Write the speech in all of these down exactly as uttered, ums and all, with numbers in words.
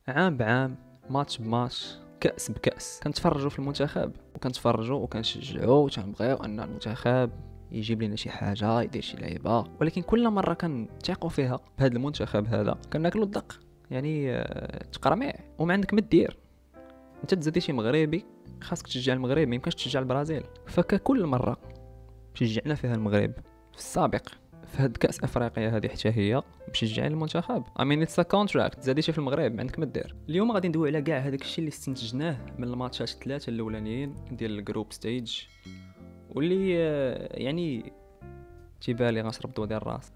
عام بعام، ماتش بماتش، كأس بكأس، كنتفرجوا في المنتخب وكنتفرجوا وكنشجعوا وتنبغيو ان المنتخب يجيب لنا شي حاجه، يدير شي لعيبه، ولكن كل مره كنتيقوا فيها بهذا المنتخب هذا كناكلوا الدق. يعني آه، تقرمع وما عندك ما دير. انت تزادي شي مغربي خاصك تشجع المغرب، ما يمكنش تشجع البرازيل. فككل مره شجعنا فيها المغرب في السابق في هاد كاس افريقيا هذه حتى هي مشجعين المنتخب. I mean it's a contract. زادي شي في المغرب ما عندك ما دير. اليوم غادي ندوي على كاع هذاك الشيء اللي استنتجناه من الماتشات الثلاثه الاولانيين ديال الجروب ستيج، واللي آه، يعني تيبان لي غنشرب ديال الراس.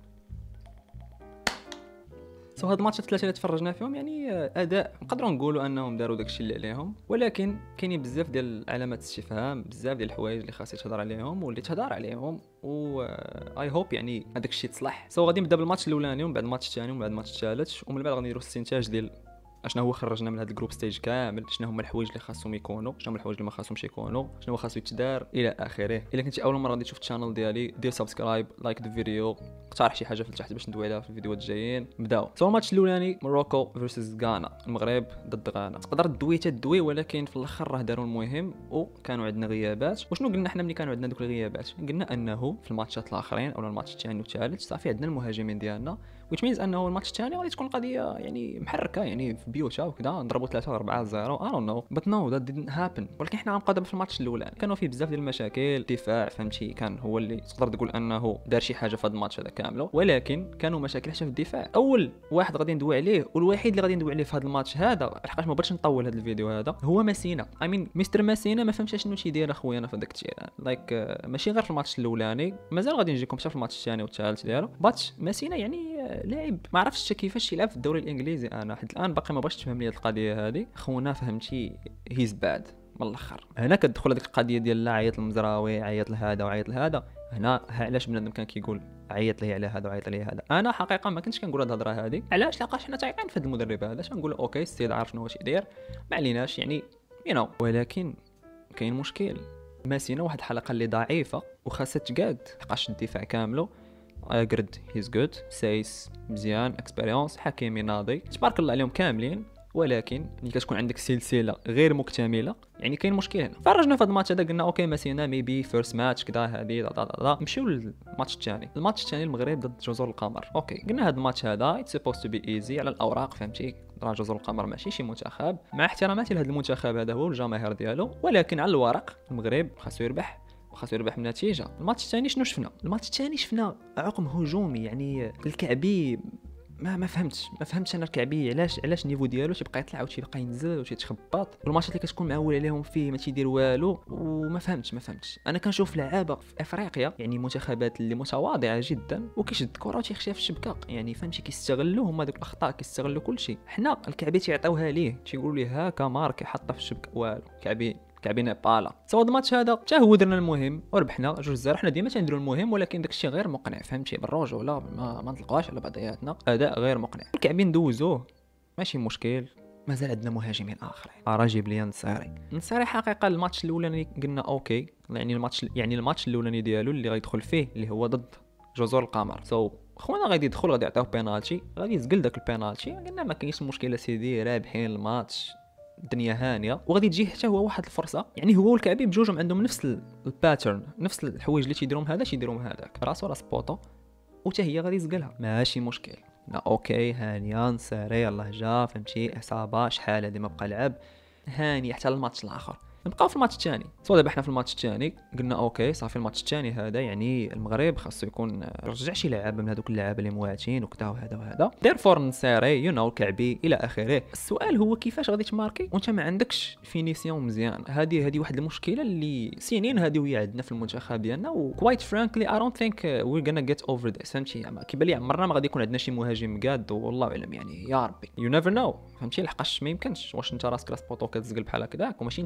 سو هاد الماتشات الثلاثه اللي تفرجنا فيهم يعني آه، اداء نقدروا نقولوا انهم داروا داكشي اللي عليهم، ولكن كاينين بزاف ديال علامات استفهام، بزاف ديال الحوايج اللي خاص يتهضر عليهم واللي تهضر عليهم، و اي هوب يعني هذاك الشيء تصلح. سو غادي نبدا بالماتش الاولاني ومن بعد الماتش الثاني ومن بعد الماتش الثالث، ومن بعد غادي نديروا استنتاج ديال اشنا هو خرجنا من هذا الجروب ستيج كامل، شنو هما الحوايج اللي خاصهم يكونوا، شنو هما الحوايج اللي ما خاصهمش يكونوا، شنو خاصو يتدار الى اخره. الا كنتي اول مره غادي تشوف الشانل ديالي دير سبسكرايب، لايك الفيديو، اقترح شي حاجه في التحت باش ندوي عليها في الفيديوهات الجايين. نبداو. سو الماتش الاولاني موروكو فيرسز غانا، المغرب ضد غانا. تقدر تدوي تدوي ولكن في الاخر راه داروا المهم وكانوا عندنا غيابات. وشنو قلنا حنا ملي كانوا عندنا دوك الغيابات؟ قلنا انه في الماتشات الاخرين او الماتش الثاني والثالث صافي عندنا المهاجمين ديالنا، which means انه الماتش الثاني غادي تكون قضيه يعني محركه، يعني في بيوتا وكذا نضربوا ثلاثة أربعة صفر. I don't know but no that didn't happen. ولكن حنا غنبقاو دابا في الماتش الاولاني كانوا فيه بزاف ديال المشاكل. الدفاع فهمتي كان هو اللي تقدر تقول انه دار شي حاجه في هذا الماتش هذا كامله، ولكن كانوا مشاكل حتى في الدفاع. اول واحد غادي ندوي عليه والوحيد اللي غادي ندوي عليه في هذا الماتش هذا، لحقاش ما بغيتش نطول هذا الفيديو هذا، هو ماسينا. I mean مستر ماسينا ما فهمتش شنو تيدير اخويا انا في هذاك التيران. لايك like, uh, ماشي غير في الماتش الاولاني، مازال غادي نجيكم حتى في الماتش الثاني والثالث ديالو. باتش ماسينا يعني لاعب ما عرفتش كيفاش يلعب في الدوري الانجليزي. انا حتى الان باقي ما بغيتش تفهم لي هذه القضيه هذه خونا، فهمتي هيز باد من الاخر. هنا كتدخل هذيك القضيه ديال لا عيط المزراوي، عيط لهذا وعيط لهذا. هنا علاش بنادم كان كيقول عيط ليه على هذا وعيط ليه هذا؟ انا حقيقه ما كنتش كنقول هاد الهضره هذه. علاش؟ لقاش حنا تايقين في هذا المدرب هذا، تنقول اوكي السيد عارف شنو واش يدير، ما عليناش يعني يو نو. ولكن كاين مشكل. ماسينا واحد الحلقه اللي ضعيفه وخاصها تقاد، لقاش الدفاع كامله اجرد هيز جود، سايس مزيان، اكسبيريونس، حكيمي ناضي، تبارك الله عليهم كاملين. ولكن ملي كتكون عندك سلسله غير مكتمله يعني كاين مشكل هنا. فرجنا في هذا الماتش هذا قلنا اوكي ماسينا ميبي فيرست ماتش كذا هذه نمشيو للماتش الثاني. الماتش الثاني المغرب ضد جزر القمر. اوكي قلنا هذا الماتش هذا اتس سبوست تو بي ايزي على الاوراق، فهمتي راه جزر القمر ماشي شي منتخب، مع احتراماتي لهذا المنتخب هذا هو الجماهير ديالو، ولكن على الورق المغرب خاصو يربح وخاصو يربح من النتيجه. الماتش الثاني شنو شفنا؟ الماتش الثاني شفنا عقم هجومي، يعني الكعبي ما ما فهمتش ما فهمتش انا الكعبي علاش علاش النيفو ديالو تيبقى يطلع وتيبقى ينزل وتيتخبط، والماتشات اللي كتكون معول عليهم فيه ما تيدير والو. وما فهمتش ما فهمتش انا كنشوف لعابه في افريقيا يعني منتخبات اللي متواضعه جدا وكيشد الكره وتيخشيها في الشبكه، يعني فهمتي كيستغلوا هما دوك الاخطاء، كيستغلوا كل شيء. حنا الكعبي تيعطيوها ليه، تيقولوا ليه هاكا مارك يحطها في الشبكه والو. كعبي كعبي نيبالا. سوا الماتش هذا حتى هو درنا المهم وربحنا جوج زيرو. حنا ديما تنديروا المهم ولكن داكشي غير مقنع، فهمتي بالرجوله ما, ما نطلقوهاش على بعضياتنا، اداء غير مقنع. الكعبين ندوزوه ماشي مشكل، مازال عندنا مهاجمين اخرين. راه جيب لي نصيري نصيري حقيقه الماتش الاولاني قلنا اوكي، يعني الماتش يعني الماتش الاولاني ديالو اللي غيدخل فيه اللي هو ضد جزر القمر. سو so, خونا غادي يدخل غادي يعطيوه بينالتي، غادي يزقل داك البينالتي. قلنا ما كاينش مشكله سيدي، رابحين الماتش الدنيا هانيه، وغادي تجي حتى هو واحد الفرصه. يعني هو والكعبي بجوجهم عندهم نفس الباترن، نفس الحوايج اللي تيديرهم هذا تيديرهم هذاك، راسو راس بوطو وتا هي غادي يزقلها ماشي مشكل. لا اوكي هانيه نصيري الله جا، فهمتي اصابه شحال هذه ما بقى لعب هاني حتى الماتش الاخر. نبقاو في الماتش الثاني. سو دابا حنا في الماتش الثاني قلنا اوكي صافي الماتش الثاني هذا يعني المغرب خاصو يكون رجع شي لعابه من هذوك اللعابه اللي مواتين وكذا وهذا وهذا، دير فور نصيري يو نو كعبي الى اخره. السؤال هو كيفاش غادي تماركي وانت ما عندكش فينيسيون مزيان؟ هذه هذه واحد المشكله اللي سنين هذه وهي عندنا في المنتخب ديالنا، و quite frankly I don't think we're gonna get over this. فهمتي كيبان لي عمرنا ما غادي يكون عندنا شي مهاجم مقاد، والله اعلم يعني يا ربي you never know، فهمتي لحقاش ما يمكنش. واش انت راسك راس بوطو كتزقل بحال هكذاك وماشي انت غير واحد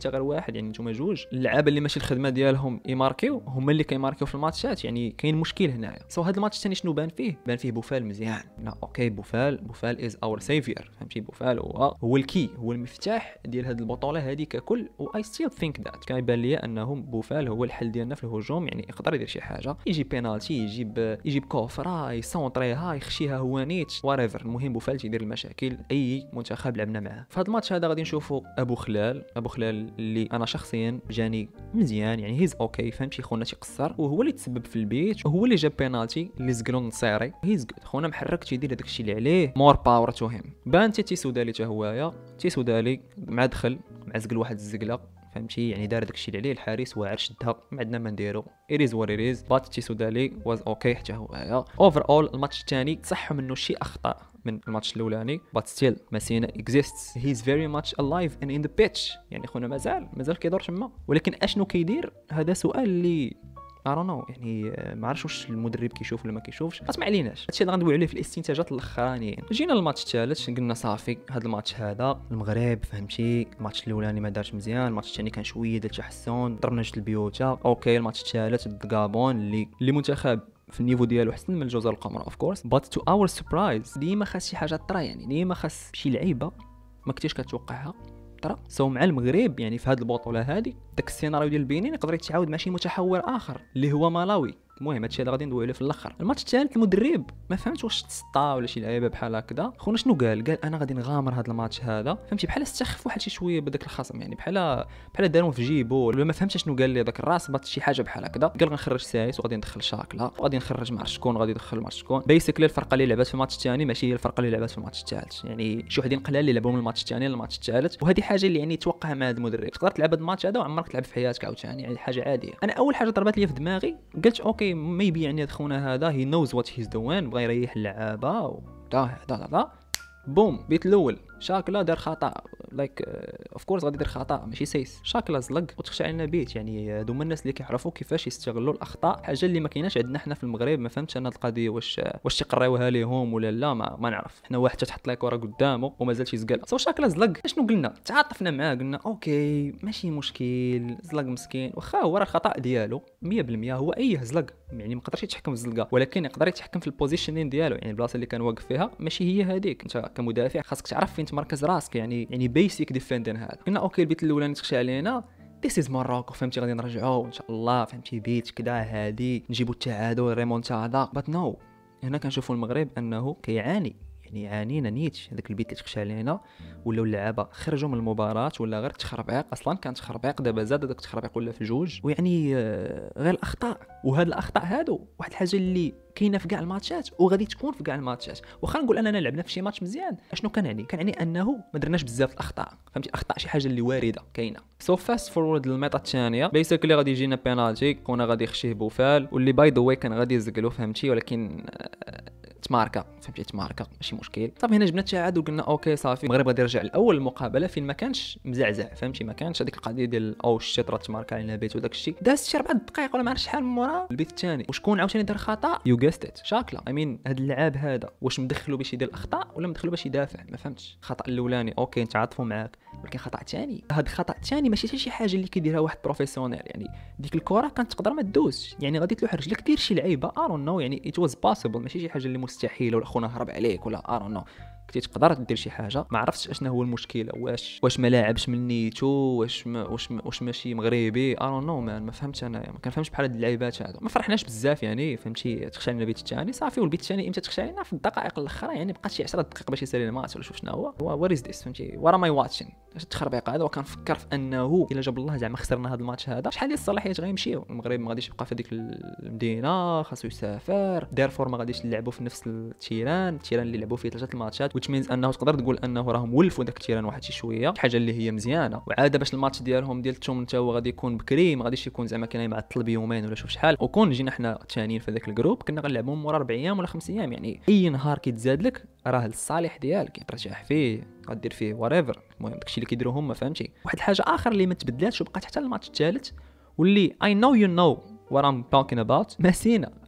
واحد يعني نتوما جوج اللعابه اللي ماشي الخدمه ديالهم يماركيو هما اللي كيماركيو في الماتشات، يعني كاين مشكل هنايا. سو هذا الماتش الثاني شنو بان فيه؟ بان فيه بوفال مزيان. لا اوكي بوفال بوفال از اور سيفير، فهمتي؟ بوفال هو هو الكي، هو المفتاح ديال هذه البطوله هذه ككل. و اي ستيل ثينك ذات كيبان لي انه بوفال هو الحل ديالنا في الهجوم، يعني يقدر يدير شي حاجه، يجيب بينالتي، يجيب يجيب كوفرا، يسونطريها، يخشيها هو نيت واريفر. المهم بوفال تيدير المشاكل اي منتخب لعبنا معاه. في هذا الماتش هذا غادي نشوفوا ابو خلال ابو خلال اللي انا شخصيا جاني مزيان، يعني هيز اوكي فهمتي خونا تيقصر، وهو اللي تسبب في البيت، وهو اللي جاب بينالتي اللي زقلو نصيري. هيز جود خونا محرك تيدير هذاك الشيء اللي عليه، مور باور تو هيم. بان تي تيسودالي حتى هوايا تيسودالي مع دخل مع زقل واحد الزقله، فهمتي؟ يعني دار داكشي اللي عليه، الحارس واعر شدها، ما عندنا ما نديرو، اريز وريريز. بات تيسودالي واز اوكي حتى هو. اوفر اول الماتش الثاني صح منه شي اخطاء من الماتش الاولاني، بات ستيل ماسينا اكزيستس، هي از فيري ماتش الايف ان ان ذا بيتش، يعني خونا مازال مازال كيدور تما. ولكن اشنو كيدير؟ هذا سؤال اللي I don't know، يعني ما عرفتش واش المدرب كيشوف ولا ما كيشوفش، بس ما عليناش. هادشي اللي غندوي عليه في الاستنتاجات الاخرانيين. جينا للماتش الثالث قلنا صافي هذا الماتش هذا المغرب فهمتي، الماتش الاولاني ما دارش مزيان، الماتش الثاني كان شويه ديال التحسن، ضربنا جوج البيوتا. اوكي الماتش الثالث ضد غابون اللي اللي منتخب في النيفو ديالو حسن من الجزر القمر اوف كورس، بات تو اور سربرايز ديما خاص شي حاجه طرا، يعني ديما خاص شي لعيبه ما كنتيش كتوقعها طرا. سو مع المغرب يعني في هذه البطوله هذه داك السيناريو ديال البنين يقدر يتعاود مع شي متحور اخر اللي هو مالاوي. المهم هادشي اللي غادي ندويو عليه في الاخر. الماتش الثالث المدرب ما فهمتش واش تسطا ولا شي لعيبه بحال هكذا. خونا شنو قال؟ قال انا غادي نغامر هذا الماتش هذا، فهمتي؟ بحال استخف واحد شي شويه بداك الخصم، يعني بحال بحال دارهم في جيبو ولا ما فهمتش شنو قال لي داك الراس، بات شي حاجه بحال هكذا. قال غنخرج سايس وغادي ندخل شاكله وغادي نخرج مع شكون، غادي ندخل مع شكون. بيسكلي الفرقه اللي لعبات في الماتش الثاني ماشي هي الفرقه اللي لعبات في الماتش الثالث، يعني شي وحدين قلال اللي لعبوا من الماتش الثاني للماتش الثالث، وهذه حاجه اللي يعني توقعها مع هذا المدرب. تقدر تلعب هذا الماتش هذا وعمرك تلعب في حياتك عاوتاني، يعني حاجه عاديه. انا اول حاجه ضربات لي في دماغي قلت اوكي ميبي يعني خونا هذا هي نوز وات هيز دوين، بغى يريح اللعابه ودا هذا هذا بوم. بيت الاول شاكلا دار خطا، لايك اوف كورس غادي يدير خطا ماشي سيس. شاكلا زلق وتخشى علينا بيت، يعني هادو هما الناس اللي كيعرفوا كيفاش يستغلوا الاخطاء، حاجه اللي ما كايناش عندنا حنا في المغرب. ما فهمتش انا القضيه واش واش تيقريوها ليهم ولا لا، ما, ما نعرف. حنا واحد تحط لك كره قدامه ومازال تيزقل. سو شاكلا زلق، شنو قلنا؟ تعاطفنا معاه، قلنا اوكي ماشي مشكل، زلق مسكين، واخا هو راه الخطا ديالو مية بالمية، هو اي زلق يعني ما قدرش يتحكم في الزلقه، ولكن يقدر يتحكم في البوزيشنين ديالو، يعني البلاصه اللي كان واقف فيها ماشي هي هذيك. انت كمدافع خاصك تعرف فين تمركز راسك، يعني يعني بيسيك ديفندين هذا. قلنا اوكي البيت الاولاني تخشى علينا ديس از ماروكو، فهمتي؟ غادي نرجعوا ان شاء الله، فهمتي؟ بيت كذا هادي نجيبوا التعادل ريمونتادا. بات نو، هنا كنشوفوا المغرب انه كيعاني، يعني عانينا نيتش. هذاك البيت اللي تخشى علينا ولاو اللعابه خرجوا من المباراه، ولا غير تخربيق، اصلا كان تخربيق، دابا زاد هذاك التخربيق ولا في جوج، ويعني غير الاخطاء. وهاد الاخطاء هادو واحد الحاجه اللي كاينه في كاع الماتشات وغادي تكون في كاع الماتشات. واخا نقول اننا لعبنا في شي ماتش مزيان، اشنو كنعني؟ كنعني انه ما درناش بزاف الاخطاء، فهمتي؟ اخطاء شي حاجه اللي وارده كاينه. سو فاست فورورد للميطه الثانيه، بيسكلي غادي يجينا بينالتي، كنا غادي يخشيه بوفال، واللي باي ذا واي كان غادي يزقلو، فهمتي؟ ولكن تماركا، فهمتي؟ تماركا ماشي مشكل. صافي هنا جبنا التعادل وقلنا اوكي صافي المغرب غادي يرجع الاول المقابله فين ما كانش مزعزع، فهمتي؟ ما كانش هذيك القضيه ديال او الشيط راه تماركا علينا بيت وداك الشيء. داز شي اربع دقائق ولا ما عرفتش شحال من مورا البيت الثاني، وشكون عاوتاني دار خطا؟ يو جاستيت شاكلا. اي مين هذا اللعاب هذا واش مدخلو باش يدير الاخطاء ولا مدخلو باش يدافع؟ ما فهمتش. الخطا الاولاني اوكي نتعاطفوا معاك، ولكن خطا ثاني، هذا الخطا الثاني ماشي حتى شي حاجه اللي كيديرها واحد بروفيسيونيل. يعني ديك الكره كانت تقدر ما تدوزش، يعني غادي تلوح رجلك دير شي لعيبه ارون نو، يعني ات واز بوسيبل، ماشي شي حاجه اللي مستحيله ولا خونا هرب عليك ولا ارون نو. كنتي تقدر دير شي حاجه. ما عرفتش اشنا هو المشكله، واش واش ما لاعبش من نيتو، واش ما واش ما واش ماشي مغربي، ارون نو مان. ما فهمتش انا، ما كنفهمش بحال هاد اللعيبات هادو. ما فرحناش بزاف يعني، فهمتي؟ تخشى علينا البيت الثاني صافي، والبيت الثاني امتى تخشى علينا؟ في الدقائق الاخرى، يعني بقات شي عشرة دقائق باش يسالي الماتش ولا شوف شنو هو وات از ذيس، فهمتي؟ ورا ماي واتشين اش التخربيق هذا. وكنفكر في انه الا جاب الله زعما خسرنا هذا الماتش هذا، شحال ديال الصلاحيات غيمشيو؟ المغرب ما غاديش يبقى في هذيك المدينه، خاصو يسافر، ديرفور ما غاديش نلعبوا في نفس التيران التيران اللي لعبوا فيه ثلاثه الماتشات، which means انه تقدر تقول انه راهم ولفوا داك التيران واحد شي شويه، حاجه اللي هي مزيانه. وعاده باش الماتش ديالهم ديال التوم حتى هو غادي يكون بكري، ما غاديش يكون زعما كاين معطل بيومين ولا شوف شحال. وكون جينا حنا ثانيين في ذاك الجروب كنا غنلعبوا مورا اربع ايام ولا خمس ايام، يعني اي نهار كيتزاد لك راه للصالح ديالك، ترتاح فيه غدير فيه واريفر. المهم داكشي اللي كيديروا هما، فهمتي؟ واحد الحاجه اخر اللي ما تبدلاتش وبقات حتى الماتش الثالث، واللي اي نو يو نو وات ام توكين اباوت، ماسينا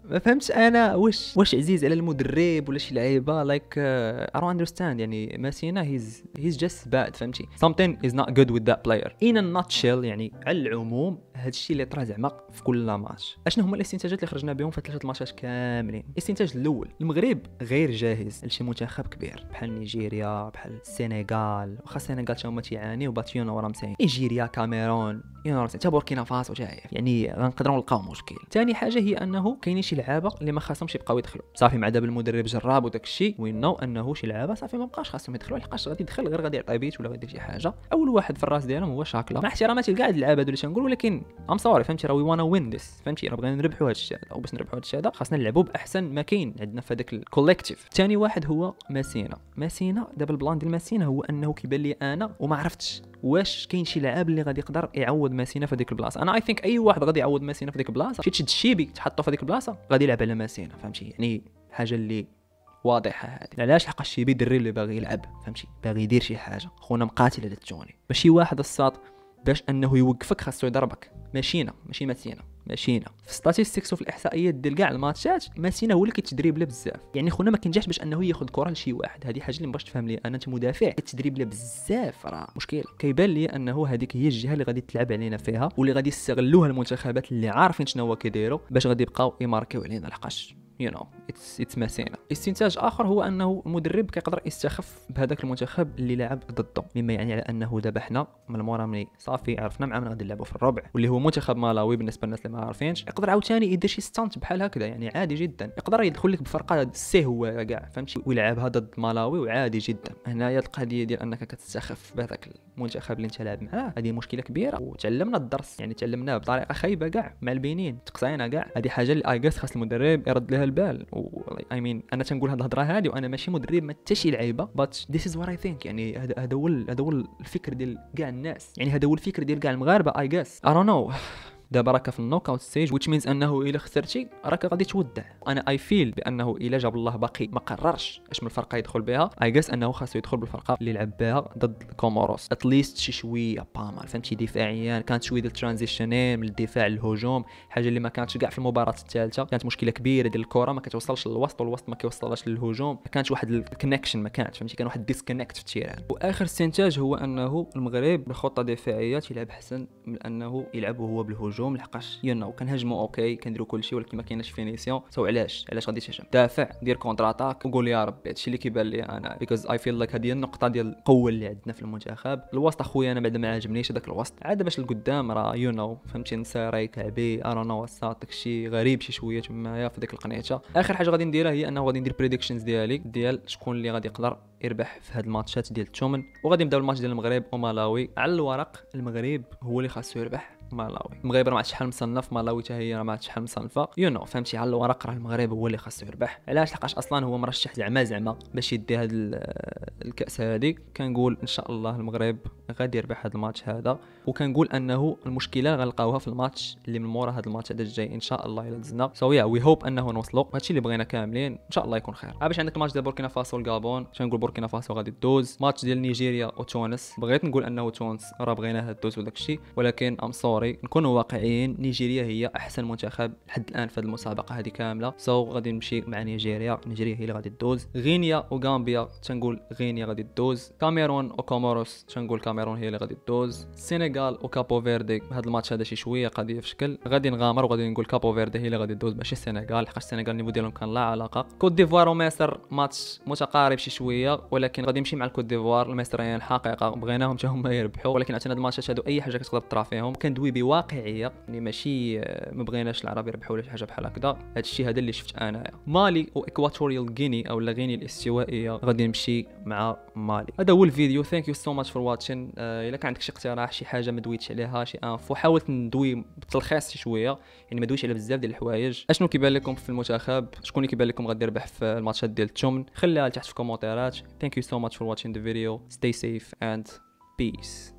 ما فهمتش انا واش واش عزيز على المدرب ولا شي لعيبه لايك اي دونت اندرستاند. يعني ماسينا هيز هيز جاست باد فهمتي something is not good with that player in a nutshell. يعني على العموم هذا الشيء اللي طرا زعما في كل ماتش. اشنو هما الاستنتاجات اللي خرجنا بهم في ثلاثه الماتشات كاملين؟ الاستنتاج الاول المغرب غير جاهز لشي منتخب كبير بحال نيجيريا بحال السنغال، واخا السنغال تا هما تيعانيو باتيون ورا مساين، نيجيريا كاميرون حتى بوركينا فاسو جايه، يعني غنقدروا نلقاو مشكل. ثاني حاجه هي انه كاينين شي لعابه اللي ما خاصهمش يبقاو يدخلوا صافي مع دابا المدرب جراب وداك الشيء وينو انه شي لعابه صافي ما بقاش خاصهم يدخلوا، لحقاش غادي يدخل غير غادي يعطي بيت ولا غادي يدير شي حاجه. اول واحد في الراس ديالهم هو شاكلا، مع احتراماتي لكاع اللعابه هادو اللي تنقول، ولكن ام سوري فهمتي راه وي وانا وين ذس فهمتي، راه بغينا نربحوا هذا الشيء هذا، وباش نربحوا هذا الشيء هذا خاصنا نلعبوا باحسن ما كاين عندنا في هذاك الكوليكتيف. ثاني واحد هو ماسينا. ماسينا دابا البلان ديال ماسينا هو انه كيبان لي انا وما عرفتش واش كاين شي لاعب اللي غادي يقدر يعوض ماسينا في هذيك البلاصه. انا اي ثينك اي واحد غادي يعوض ماسينا في هذيك البلاصه، شي تشد الشيبي تحطو في هذيك البلاصه غادي يلعب على ماسينا فهمتي، يعني حاجه اللي واضحه هذه. علاش؟ حق الشيبي دري اللي باغي يلعب فهمتي، باغي يدير شي حاجه، خونا مقاتل على التوني، ماشي واحد الساط باش انه يوقفك خاصو يضربك. ماشينا ماشي ماسينا ماشينا في ستاتيستيكس وفي الاحصائيات ديال كاع الماتشات ماسينا هو اللي كيتدريب له بزاف، يعني خونا ما كينجحش باش انه ياخذ كره لشي واحد. هذه حاجه اللي مبغاش تفهم لي انا، انت مدافع كتدريب له بزاف راه مشكل. كيبان لي انه هذيك هي الجهه اللي غادي تلعب علينا فيها واللي غادي يستغلوها المنتخبات اللي عارفين شنو هو كيديروا باش غادي يبقاو يماركيو علينا، لحقاش يو نو اتس اتس ماسينا. استنتاج اخر هو انه المدرب كيقدر يستخف بهذاك المنتخب اللي لعب ضده، مما يعني على انه دابا حنا من المورا ملي صافي عرفنا مع من غادي نلعبوا في الربع واللي هو منتخب مالاوي بالنسبه للناس اللي ما عارفينش، يقدر عاوتاني يدير شي ستانت بحال هكذا، يعني عادي جدا يقدر يدخل لك بفرقه سي هو كاع فهمتي ويلعبها ضد مالاوي وعادي جدا. هنايا القضيه ديال انك كتستخف بهذاك المنتخب اللي انت لاعب معاه هذه مشكله كبيره، وتعلمنا الدرس يعني تعلمناه بطريقه خايبه كاع مع البنين، تقصينا كاع. هذه حاجه اللي ايغاس خاص المدرب يرد لها البال. اي مين انا تنقول هاد الهضره هذه وانا ماشي مدرب ما حتى شي لعيبه، بات ذيس از وات اي ثينك، يعني هذا هذا هو هذا هو الفكر ديال كاع الناس، يعني هذا هو الفكر ديال كاع المغاربه اي جاس. اي دون نو دابا راك في النوك اوت ستيج which means انه الا خسرتي راك غادي تودع. انا اي فيل بانه الا جاب الله باقي ما قررش اش من الفرقه يدخل بها، اي جاس انه خاصو يدخل بالفرقه اللي لعب بها ضد كوموروس اتليست شي شويه بامال فهمتي، دفاعيا كانت شويه ديال الترانزيشنين من الدفاع للهجوم، حاجه اللي ما كانتش كاع في المباراه الثالثه. كانت مشكله كبيره ديال الكره ما كتوصلش للوسط والوسط ما كيوصلش للهجوم، ما كانش واحد الكونيكشن، ما كانش فهمتي، كان واحد ديسكونيكت في التيران. واخر استنتاج هو انه المغرب بخطه دفاعيه يلعب احسن من انه يلعب هو بالهجوم، لحقاش نو كنهاجموا اوكي كنديروا كلشي ولكن ما كايناش فينيسيون. سو علاش علاش غادي تهاجم؟ دافع دير كونتر اتاك وقول يا ربي. هادشي اللي كيبان لي انا بيكوز اي فيل لايك هذه النقطه ديال القوه اللي عندنا في المنتخب. الوسط اخويا انا بعدا ما عاجبنيش هذاك الوسط، عاد باش لقدام راه يو نو فهمتي نساري كعبي ارانا وسط داكشي غريب شي شويه تمايا في ديك القنيته. اخر حاجه غادي نديرها هي انه غادي ندير بريديكشنز ديالي ديال شكون اللي غادي يقدر يربح في هاد الماتشات ديال الثمن، وغادي نبداو الماتش ديال المغرب ومالاوي. على الورق المغرب هو اللي خاصو يربح مالاوي، المغرب راه ما عرفتش شحال مصنف، مالاوي حتى هي راه ما عرفتش شحال مصنفه يو نو فهمتي. على الورق راه المغرب هو اللي خاصو يربح. علاش؟ لحقاش اصلا هو مرشح زعما زعما باش يدي هاد الكاس هذه. كنقول ان شاء الله المغرب غادي يربح هاد الماتش هذا، وكنقول انه المشكله غنلقاوها في الماتش اللي من مورا هاد الماتش هذا الجاي ان شاء الله الا دزنا. سو يا وي هوب انه نوصلوا هادشي اللي بغينا كاملين ان شاء الله يكون خير. باش عندك الماتش ديال بوركينا فاسو والغابون، كنقول بوركينا فاسو غادي تدوز. ماتش ديال نيجيريا وتونس بغيت نقول انه تونس راه بغيناها تدوز وداك الشيء، ولكن ام سوري نكونوا واقعيين، نيجيريا هي احسن منتخب لحد الان في هذه المسابقه هذه كامله. سو غادي نمشي مع نيجيريا، نيجيريا هي اللي غادي تدوز. غينيا وغامبيا تنقول غينيا غادي تدوز. كاميرون وكوموروس تنقول كاميرون هي اللي غادي تدوز. السنغال وكابو فيردي هذا الماتش هذا شي شويه قضيه في شكل، غادي نغامر وغادي نقول كابو فيردي هي اللي غادي تدوز ماشي السنغال، حيت السنغال النيفو ديالهم كان لا علاقه. كوت ديفوار ومصر ماتش متقارب شي شويه، ولكن غادي نمشي مع الكوت ديفوار. المصريين حقيقه بغيناهم حتى هما يربحوا، ولكن عشان هاد الماتشات هادو اي حاجه كتقدر تطرا فيهم. كندوي بواقعيه يعني ماشي ما بغيناش العرب يربحوا ولا شي حاجه بحال هكذا. هذا الشيء هذا اللي شفت انايا. مالي واكواتوريال غيني او غينيا الاستوائيه غادي نمشي مع مالي. هذا هو الفيديو. ثانك يو سو ماتش فور واتشين. الا كان عندك شي اقتراح شي حاجه ما دويتش عليها شي انفو، حاولت ندوي بالتلخيص شي شويه، يعني ما دويش على بزاف ديال الحوايج. اشنو كيبان لكم في المنتخب، شكون اللي كيبان لكم غادي يربح في الماتشات ديال الثمن، خليها لتحت في الكومونتيرات. ثانك يو سو ماتش فور واتشين ذا فيديو. ستي سيف اند بيس.